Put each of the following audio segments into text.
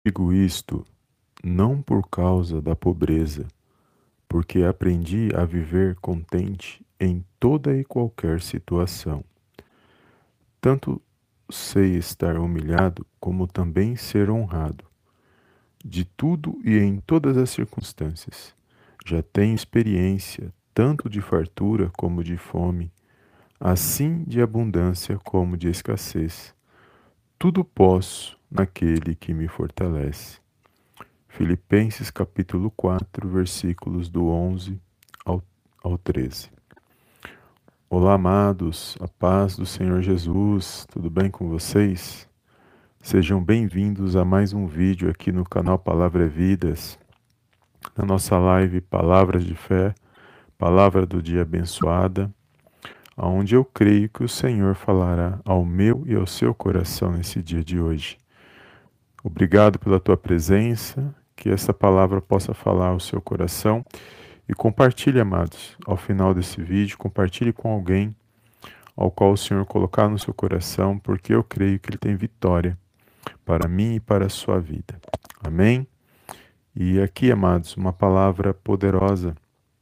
Digo isto não por causa da pobreza, porque aprendi a viver contente em toda e qualquer situação. Tanto sei estar humilhado, como também ser honrado, de tudo e em todas as circunstâncias. Já tenho experiência tanto de fartura como de fome, assim de abundância como de escassez. Tudo posso naquele que me fortalece. Filipenses capítulo 4, versículos do 11 ao, ao 13. Olá, amados, a paz do Senhor Jesus, tudo bem com vocês? Sejam bem-vindos a mais um vídeo aqui no canal Palavra é Vidas, na nossa live Palavras de Fé, Palavra do Dia Abençoada, onde eu creio que o Senhor falará ao meu e ao seu coração nesse dia de hoje. Obrigado pela tua presença, que essa palavra possa falar ao seu coração. E compartilhe, amados, ao final desse vídeo, compartilhe com alguém ao qual o Senhor colocar no seu coração, porque eu creio que Ele tem vitória para mim e para a sua vida. Amém? E aqui, amados, uma palavra poderosa,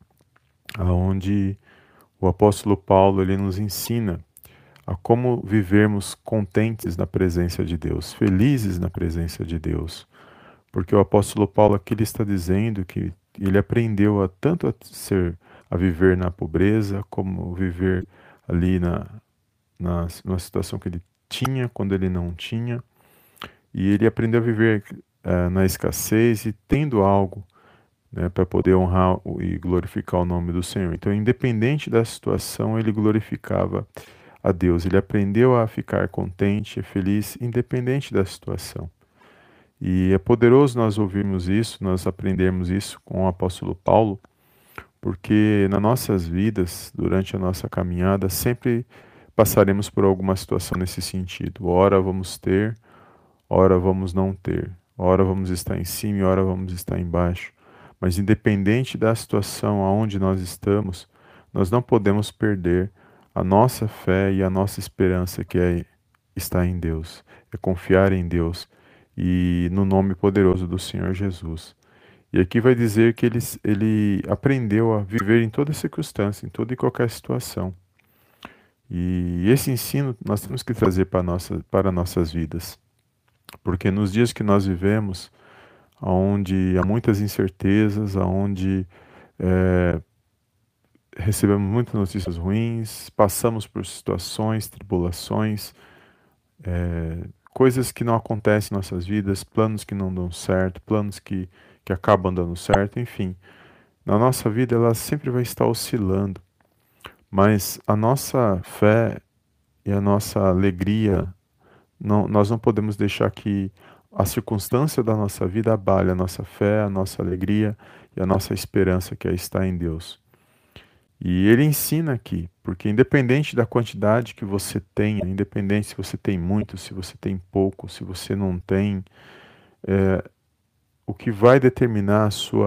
aonde o apóstolo Paulo ele nos ensina a como vivermos contentes na presença de Deus, felizes na presença de Deus. Porque o apóstolo Paulo aqui ele está dizendo que ele aprendeu a tanto a viver na pobreza, como viver ali numa situação que ele tinha, quando ele não tinha. E ele aprendeu a viver na escassez e tendo algo, né, para poder honrar e glorificar o nome do Senhor. Então, independente da situação, ele glorificava a Deus. Ele aprendeu a ficar contente e feliz, independente da situação. E é poderoso nós ouvirmos isso, nós aprendermos isso com o apóstolo Paulo, porque nas nossas vidas, durante a nossa caminhada, sempre passaremos por alguma situação nesse sentido. Ora vamos ter, ora vamos não ter. Ora vamos estar em cima e ora vamos estar embaixo. Mas independente da situação aonde nós estamos, nós não podemos perder a nossa fé e a nossa esperança que é estar em Deus, é confiar em Deus e no nome poderoso do Senhor Jesus. E aqui vai dizer que ele aprendeu a viver em toda circunstância, em toda e qualquer situação. E esse ensino nós temos que trazer para nossas vidas. Porque nos dias que nós vivemos, onde há muitas incertezas, onde recebemos muitas notícias ruins, passamos por situações, tribulações, coisas que não acontecem em nossas vidas, planos que não dão certo, planos que acabam dando certo, enfim. Na nossa vida ela sempre vai estar oscilando, mas a nossa fé e a nossa alegria, nós não podemos deixar que a circunstância da nossa vida abale a nossa fé, a nossa alegria e a nossa esperança que é estar em Deus. E ele ensina aqui, porque independente da quantidade que você tenha, independente se você tem muito, se você tem pouco, se você não tem, o que vai determinar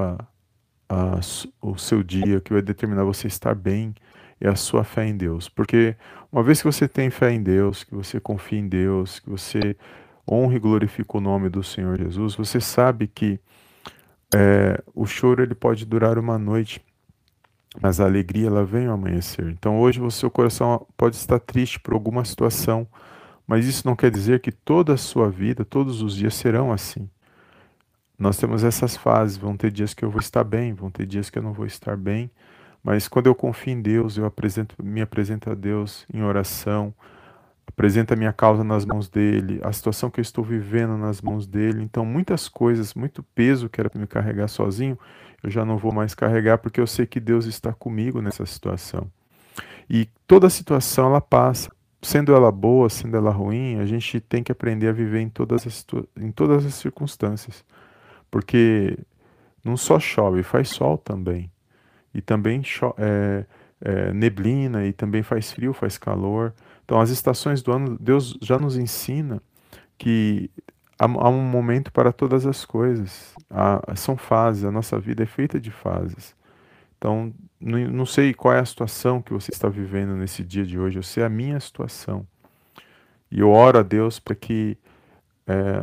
o seu dia, o que vai determinar você estar bem, é a sua fé em Deus. Porque uma vez que você tem fé em Deus, que você confia em Deus, que você honra e glorifica o nome do Senhor Jesus, você sabe que o choro ele pode durar uma noite, mas a alegria ela vem ao amanhecer. Então hoje o seu coração pode estar triste por alguma situação, mas isso não quer dizer que toda a sua vida, todos os dias serão assim. Nós temos essas fases, vão ter dias que eu vou estar bem, vão ter dias que eu não vou estar bem, mas quando eu confio em Deus, me apresento a Deus em oração, apresento a minha causa nas mãos dele, a situação que eu estou vivendo nas mãos dele. Então, muitas coisas, muito peso que era para me carregar sozinho, eu já não vou mais carregar porque eu sei que Deus está comigo nessa situação. E toda situação ela passa, sendo ela boa, sendo ela ruim, a gente tem que aprender a viver em todas as circunstâncias, porque não só chove, faz sol também. E também neblina, e também faz frio, faz calor. Então, as estações do ano, Deus já nos ensina que há um momento para todas as coisas. São fases, a nossa vida é feita de fases. Então, não sei qual é a situação que você está vivendo nesse dia de hoje, eu sei a minha situação. E eu oro a Deus para que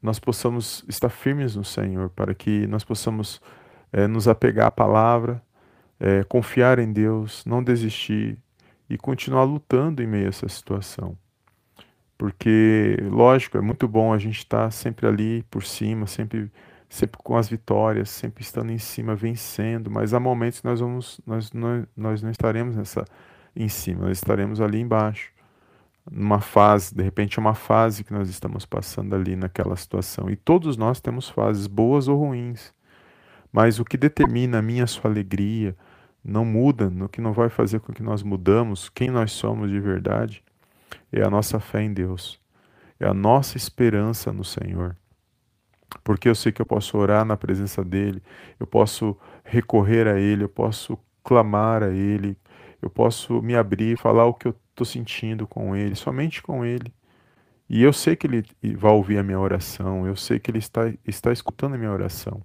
nós possamos estar firmes no Senhor, para que nós possamos nos apegar à palavra, confiar em Deus, não desistir e continuar lutando em meio a essa situação. Porque, lógico, é muito bom a gente estar sempre ali por cima, sempre com as vitórias, sempre estando em cima, vencendo, mas há momentos que nós não estaremos em cima, nós estaremos ali embaixo, numa fase, de repente é uma fase que nós estamos passando ali naquela situação. E todos nós temos fases boas ou ruins, mas o que determina a minha e a sua alegria não muda, no que não vai fazer com que nós mudamos quem nós somos de verdade, é a nossa fé em Deus, é a nossa esperança no Senhor. Porque eu sei que eu posso orar na presença dEle, eu posso recorrer a Ele, eu posso clamar a Ele, eu posso me abrir, falar o que eu estou sentindo com Ele, somente com Ele. E eu sei que Ele vai ouvir a minha oração, eu sei que Ele está escutando a minha oração.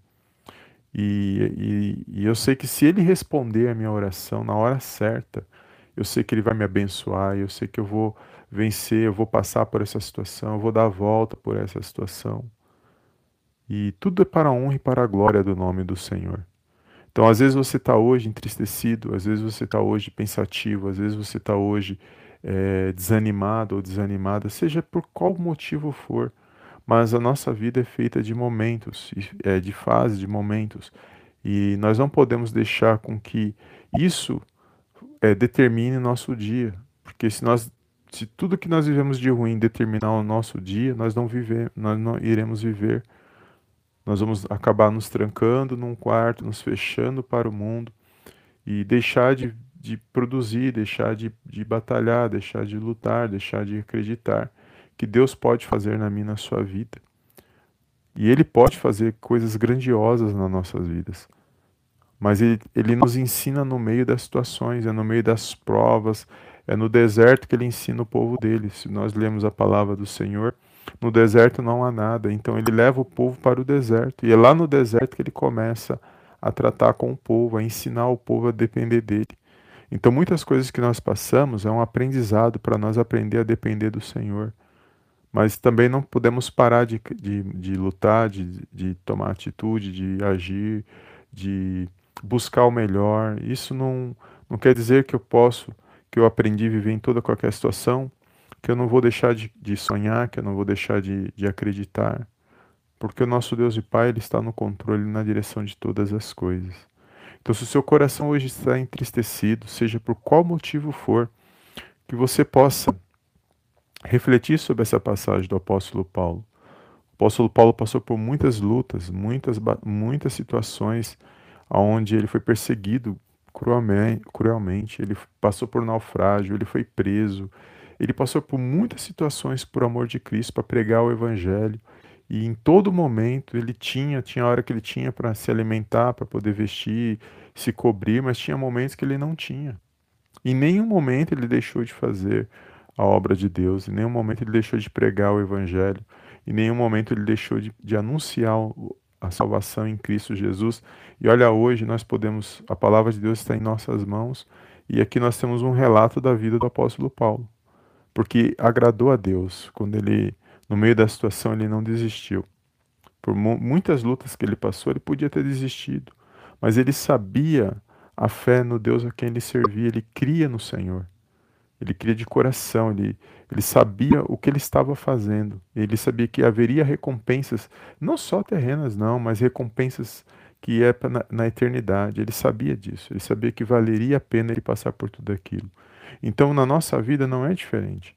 E eu sei que se Ele responder a minha oração na hora certa, eu sei que Ele vai me abençoar, eu sei que eu vou vencer, eu vou passar por essa situação, eu vou dar a volta por essa situação. E tudo é para a honra e para a glória do nome do Senhor. Então, às vezes você está hoje entristecido, às vezes você está hoje pensativo, às vezes você está hoje desanimado ou desanimada, seja por qual motivo for. Mas a nossa vida é feita de momentos, de fases, de momentos. E nós não podemos deixar com que isso determine nosso dia. Porque se tudo que nós vivemos de ruim determinar o nosso dia, nós não iremos viver. Nós vamos acabar nos trancando num quarto, nos fechando para o mundo e deixar de produzir, deixar de batalhar, deixar de lutar, deixar de acreditar que Deus pode fazer na minha e na sua vida. E Ele pode fazer coisas grandiosas nas nossas vidas. Mas ele nos ensina no meio das situações, é no meio das provas, é no deserto que Ele ensina o povo dele. Se nós lemos a palavra do Senhor, no deserto não há nada. Então Ele leva o povo para o deserto. E é lá no deserto que Ele começa a tratar com o povo, a ensinar o povo a depender dele. Então muitas coisas que nós passamos é um aprendizado para nós aprender a depender do Senhor. Mas também não podemos parar de lutar, de tomar atitude, de agir, de buscar o melhor. Isso não quer dizer que eu aprendi a viver em toda qualquer situação, que eu não vou deixar de sonhar, que eu não vou deixar de acreditar. Porque o nosso Deus e Pai, Ele está no controle, na direção de todas as coisas. Então, se o seu coração hoje está entristecido, seja por qual motivo for, que você possa refletir sobre essa passagem do apóstolo Paulo. O apóstolo Paulo passou por muitas lutas, muitas situações onde ele foi perseguido cruelmente, ele passou por naufrágio, ele foi preso, ele passou por muitas situações por amor de Cristo para pregar o evangelho. E em todo momento ele tinha hora que ele tinha para se alimentar, para poder vestir, se cobrir, mas tinha momentos que ele não tinha. Em nenhum momento ele deixou de fazer a obra de Deus, em nenhum momento ele deixou de pregar o Evangelho, em nenhum momento ele deixou de anunciar a salvação em Cristo Jesus. E olha, hoje a palavra de Deus está em nossas mãos, e aqui nós temos um relato da vida do apóstolo Paulo, porque agradou a Deus, quando ele, no meio da situação, ele não desistiu. Por muitas lutas que ele passou, ele podia ter desistido, mas ele sabia a fé no Deus a quem ele servia, ele cria no Senhor. Ele cria de coração, ele sabia o que ele estava fazendo. Ele sabia que haveria recompensas, não só terrenas, não, mas recompensas que é na eternidade. Ele sabia disso, ele sabia que valeria a pena ele passar por tudo aquilo. Então, na nossa vida não é diferente.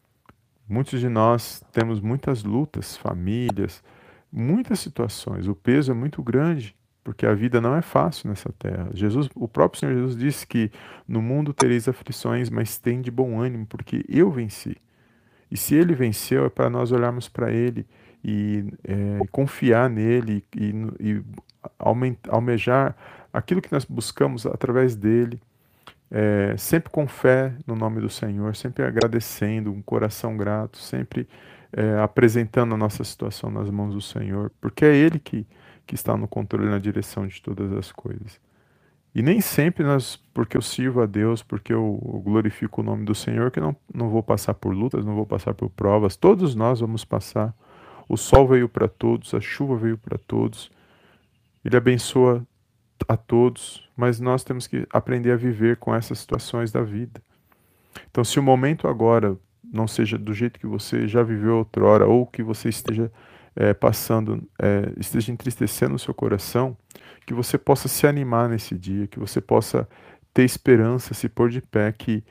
Muitos de nós temos muitas lutas, famílias, muitas situações. O peso é muito grande, porque a vida não é fácil nessa terra. O próprio Senhor Jesus disse que no mundo tereis aflições, mas tem de bom ânimo, porque eu venci. E se Ele venceu, é para nós olharmos para Ele e confiar nele e almejar aquilo que nós buscamos através dele, sempre com fé no nome do Senhor, sempre agradecendo, um coração grato, sempre apresentando a nossa situação nas mãos do Senhor, porque é Ele que está no controle e na direção de todas as coisas. E nem sempre porque eu sirvo a Deus, porque eu glorifico o nome do Senhor, que eu não vou passar por lutas, não vou passar por provas. Todos nós vamos passar. O sol veio para todos, a chuva veio para todos. Ele abençoa a todos, mas nós temos que aprender a viver com essas situações da vida. Então, se o momento agora não seja do jeito que você já viveu outrora, ou que você esteja passando, esteja entristecendo o seu coração, que você possa se animar nesse dia, que você possa ter esperança, se pôr de pé, que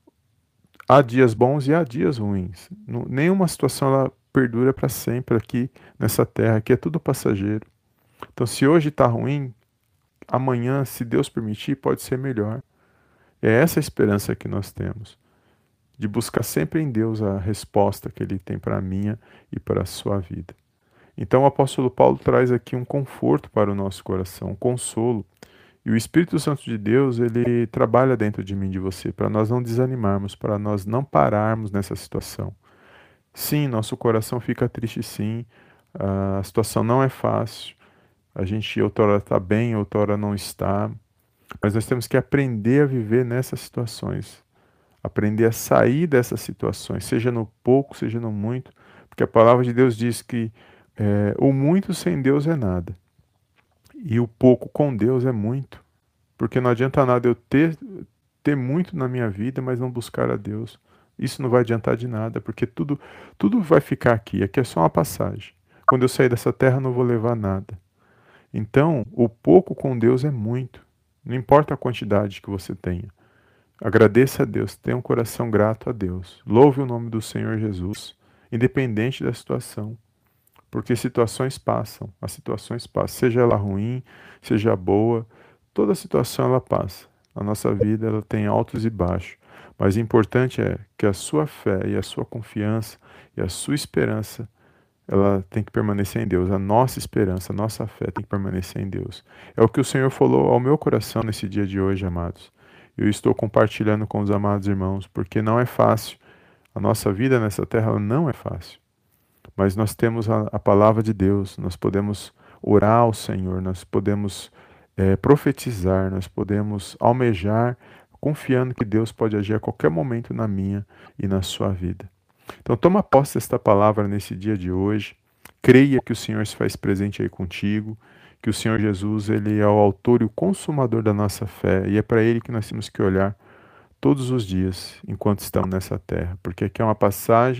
há dias bons e há dias ruins. Nenhuma situação ela perdura para sempre aqui nessa terra, que é tudo passageiro. Então, se hoje está ruim, amanhã, se Deus permitir, pode ser melhor. É essa a esperança que nós temos, de buscar sempre em Deus a resposta que Ele tem para a minha e para a sua vida. Então o apóstolo Paulo traz aqui um conforto para o nosso coração, um consolo. E o Espírito Santo de Deus, ele trabalha dentro de mim e de você, para nós não desanimarmos, para nós não pararmos nessa situação. Sim, nosso coração fica triste sim, a situação não é fácil, a gente outrora está bem, outrora não está, mas nós temos que aprender a viver nessas situações, aprender a sair dessas situações, seja no pouco, seja no muito, porque a palavra de Deus diz que o muito sem Deus é nada, e o pouco com Deus é muito, porque não adianta nada eu ter muito na minha vida, mas não buscar a Deus. Isso não vai adiantar de nada, porque tudo vai ficar aqui, aqui é só uma passagem. Quando eu sair dessa terra, eu não vou levar nada. Então, o pouco com Deus é muito, não importa a quantidade que você tenha. Agradeça a Deus, tenha um coração grato a Deus. Louve o nome do Senhor Jesus, independente da situação. Porque situações passam, as situações passam, seja ela ruim, seja boa, toda situação ela passa. A nossa vida ela tem altos e baixos, mas o importante é que a sua fé e a sua confiança e a sua esperança, ela tem que permanecer em Deus. A nossa esperança, a nossa fé tem que permanecer em Deus. É o que o Senhor falou ao meu coração nesse dia de hoje, amados. Eu estou compartilhando com os amados irmãos, porque não é fácil. A nossa vida nessa terra ela não é fácil. Mas nós temos a palavra de Deus, nós podemos orar ao Senhor, nós podemos profetizar, nós podemos almejar, confiando que Deus pode agir a qualquer momento na minha e na sua vida. Então toma posse desta palavra nesse dia de hoje, creia que o Senhor se faz presente aí contigo, que o Senhor Jesus ele é o autor e o consumador da nossa fé, e é para Ele que nós temos que olhar todos os dias, enquanto estamos nessa terra, porque aqui é uma passagem,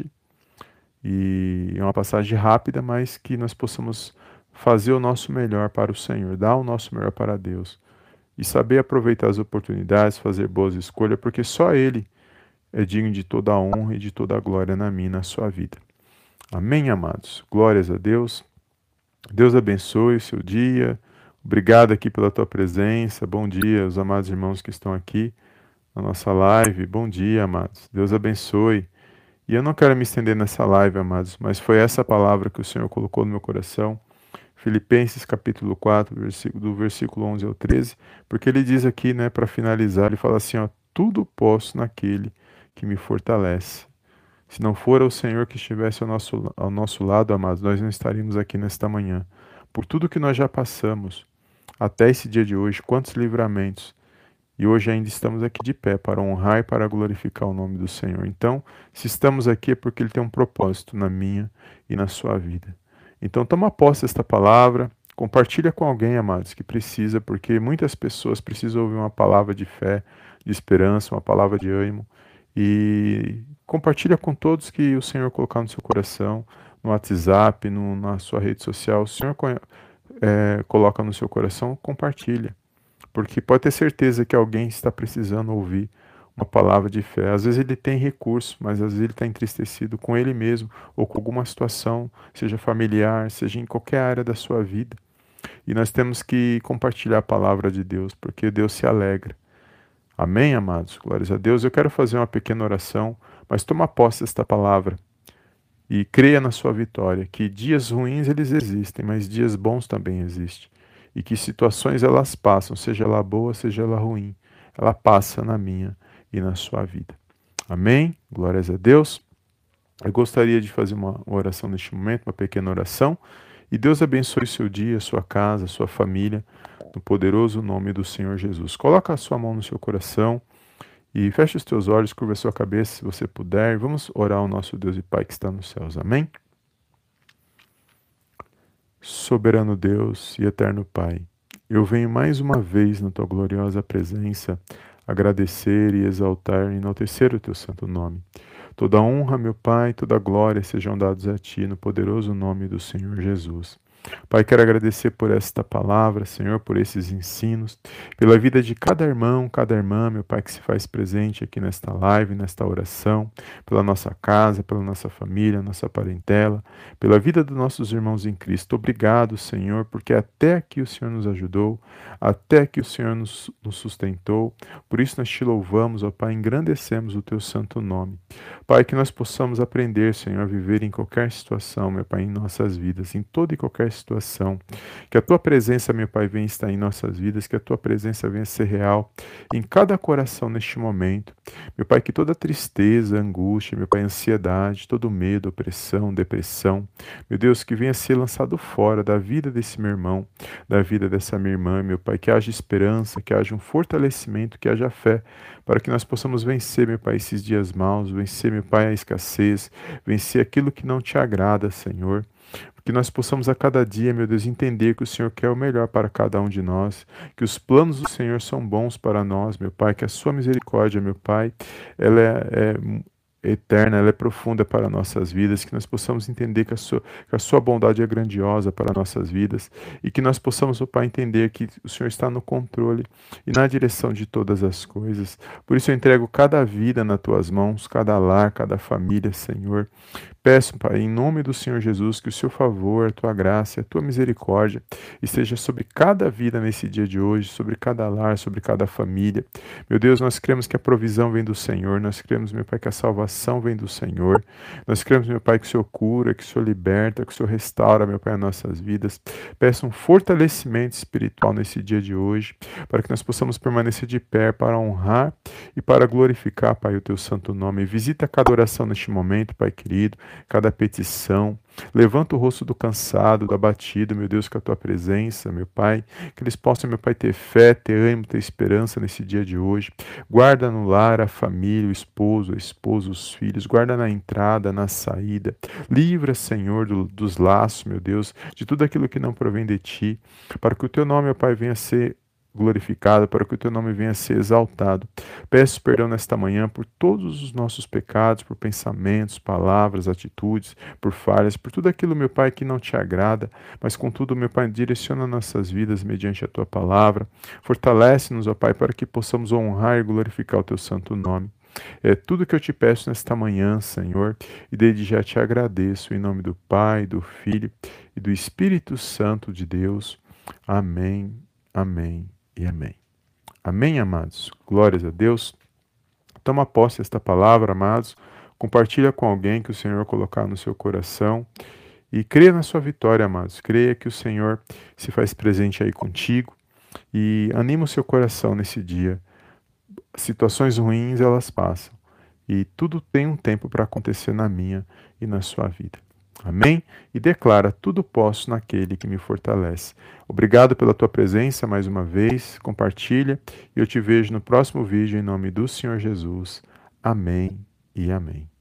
e é uma passagem rápida, mas que nós possamos fazer o nosso melhor para o Senhor, dar o nosso melhor para Deus e saber aproveitar as oportunidades, fazer boas escolhas, porque só Ele é digno de toda a honra e de toda a glória na minha e na sua vida. Amém, amados? Glórias a Deus. Deus abençoe o seu dia. Obrigado aqui pela tua presença. Bom dia, os amados irmãos que estão aqui na nossa live. Bom dia, amados. Deus abençoe. E eu não quero me estender nessa live, amados, mas foi essa palavra que o Senhor colocou no meu coração. Filipenses capítulo 4, do versículo 11 ao 13, porque ele diz aqui, né, para finalizar, ele fala assim, ó, tudo posso naquele que me fortalece. Se não for o Senhor que estivesse ao nosso lado, amados, nós não estaríamos aqui nesta manhã. Por tudo que nós já passamos, até esse dia de hoje, quantos livramentos, e hoje ainda estamos aqui de pé para honrar e para glorificar o nome do Senhor. Então, se estamos aqui é porque Ele tem um propósito na minha e na sua vida. Então, toma posse desta palavra, compartilha com alguém, amados, que precisa, porque muitas pessoas precisam ouvir uma palavra de fé, de esperança, uma palavra de ânimo. E compartilha com todos que o Senhor colocar no seu coração, no WhatsApp, na sua rede social. O Senhor coloca no seu coração, compartilha. Porque pode ter certeza que alguém está precisando ouvir uma palavra de fé. Às vezes ele tem recurso, mas às vezes ele está entristecido com ele mesmo ou com alguma situação, seja familiar, seja em qualquer área da sua vida. E nós temos que compartilhar a palavra de Deus, porque Deus se alegra. Amém, amados? Glórias a Deus. Eu quero fazer uma pequena oração, mas toma posse desta palavra e creia na sua vitória, que dias ruins eles existem, mas dias bons também existem. E que situações elas passam, seja ela boa, seja ela ruim, ela passa na minha e na sua vida. Amém? Glórias a Deus. Eu gostaria de fazer uma oração neste momento, uma pequena oração. E Deus abençoe seu dia, sua casa, sua família, no poderoso nome do Senhor Jesus. Coloca a sua mão no seu coração e feche os teus olhos, curva a sua cabeça se você puder. Vamos orar ao nosso Deus e Pai que está nos céus. Amém? Soberano Deus e eterno Pai, eu venho mais uma vez na tua gloriosa presença agradecer e exaltar e enaltecer o teu santo nome. Toda honra, meu Pai, toda glória sejam dados a ti no poderoso nome do Senhor Jesus. Pai, quero agradecer por esta palavra, Senhor, por esses ensinos, pela vida de cada irmão, cada irmã, meu Pai, que se faz presente aqui nesta live, nesta oração, pela nossa casa, pela nossa família, nossa parentela, pela vida dos nossos irmãos em Cristo. Obrigado, Senhor, porque até aqui o Senhor nos ajudou, até aqui o Senhor nos sustentou. Por isso nós te louvamos, ó Pai, engrandecemos o teu santo nome. Pai, que nós possamos aprender, Senhor, a viver em qualquer situação, meu Pai, em nossas vidas, em toda e qualquer situação. Que a tua presença, meu Pai, venha estar em nossas vidas, que a tua presença venha ser real em cada coração neste momento. Meu Pai, que toda tristeza, angústia, meu Pai, ansiedade, todo medo, opressão, depressão, meu Deus, que venha ser lançado fora da vida desse meu irmão, da vida dessa minha irmã, meu Pai, que haja esperança, que haja um fortalecimento, que haja fé, para que nós possamos vencer, meu Pai, esses dias maus, vencer, meu Pai, a escassez, vencer aquilo que não te agrada, Senhor. Que nós possamos a cada dia, meu Deus, entender que o Senhor quer o melhor para cada um de nós, que os planos do Senhor são bons para nós, meu Pai, que a sua misericórdia, meu Pai, ela é eterna, ela é profunda para nossas vidas, que nós possamos entender que a sua bondade é grandiosa para nossas vidas e que nós possamos, ó Pai, entender que o Senhor está no controle e na direção de todas as coisas. Por isso eu entrego cada vida nas tuas mãos, cada lar, cada família, Senhor. Peço, Pai, em nome do Senhor Jesus, que o seu favor, a tua graça, a tua misericórdia esteja sobre cada vida nesse dia de hoje, sobre cada lar, sobre cada família. Meu Deus, nós cremos que a provisão vem do Senhor, nós cremos, meu Pai, que a salvação vem do Senhor. Nós cremos, meu Pai, que o Senhor cura, que o Senhor liberta, que o Senhor restaura, meu Pai, as nossas vidas. Peço um fortalecimento espiritual nesse dia de hoje, para que nós possamos permanecer de pé para honrar e para glorificar, Pai, o teu santo nome. Visita cada oração neste momento, Pai querido, cada petição. Levanta o rosto do cansado, do abatido, meu Deus, com a tua presença, meu Pai. Que eles possam, meu Pai, ter fé, ter ânimo, ter esperança nesse dia de hoje. Guarda no lar a família, o esposo, a esposa, os filhos. Guarda na entrada, na saída. Livra, Senhor, dos laços, meu Deus, de tudo aquilo que não provém de ti. Para que o teu nome, meu Pai, venha a ser glorificado, para que o teu nome venha a ser exaltado. Peço perdão nesta manhã por todos os nossos pecados, por pensamentos, palavras, atitudes, por falhas, por tudo aquilo, meu Pai, que não te agrada, mas contudo, meu Pai, direciona nossas vidas mediante a tua palavra. Fortalece-nos, ó Pai, para que possamos honrar e glorificar o teu santo nome. É tudo que eu te peço nesta manhã, Senhor, e desde já te agradeço, em nome do Pai, do Filho e do Espírito Santo de Deus. Amém, amém e amém. Amém, amados? Glórias a Deus. Toma posse desta palavra, amados. Compartilha com alguém que o Senhor colocar no seu coração. E creia na sua vitória, amados. Creia que o Senhor se faz presente aí contigo. E anima o seu coração nesse dia. Situações ruins, elas passam. E tudo tem um tempo para acontecer na minha e na sua vida. Amém? E declara: tudo posso naquele que me fortalece. Obrigado pela tua presença mais uma vez. Compartilha e eu te vejo no próximo vídeo em nome do Senhor Jesus. Amém e amém.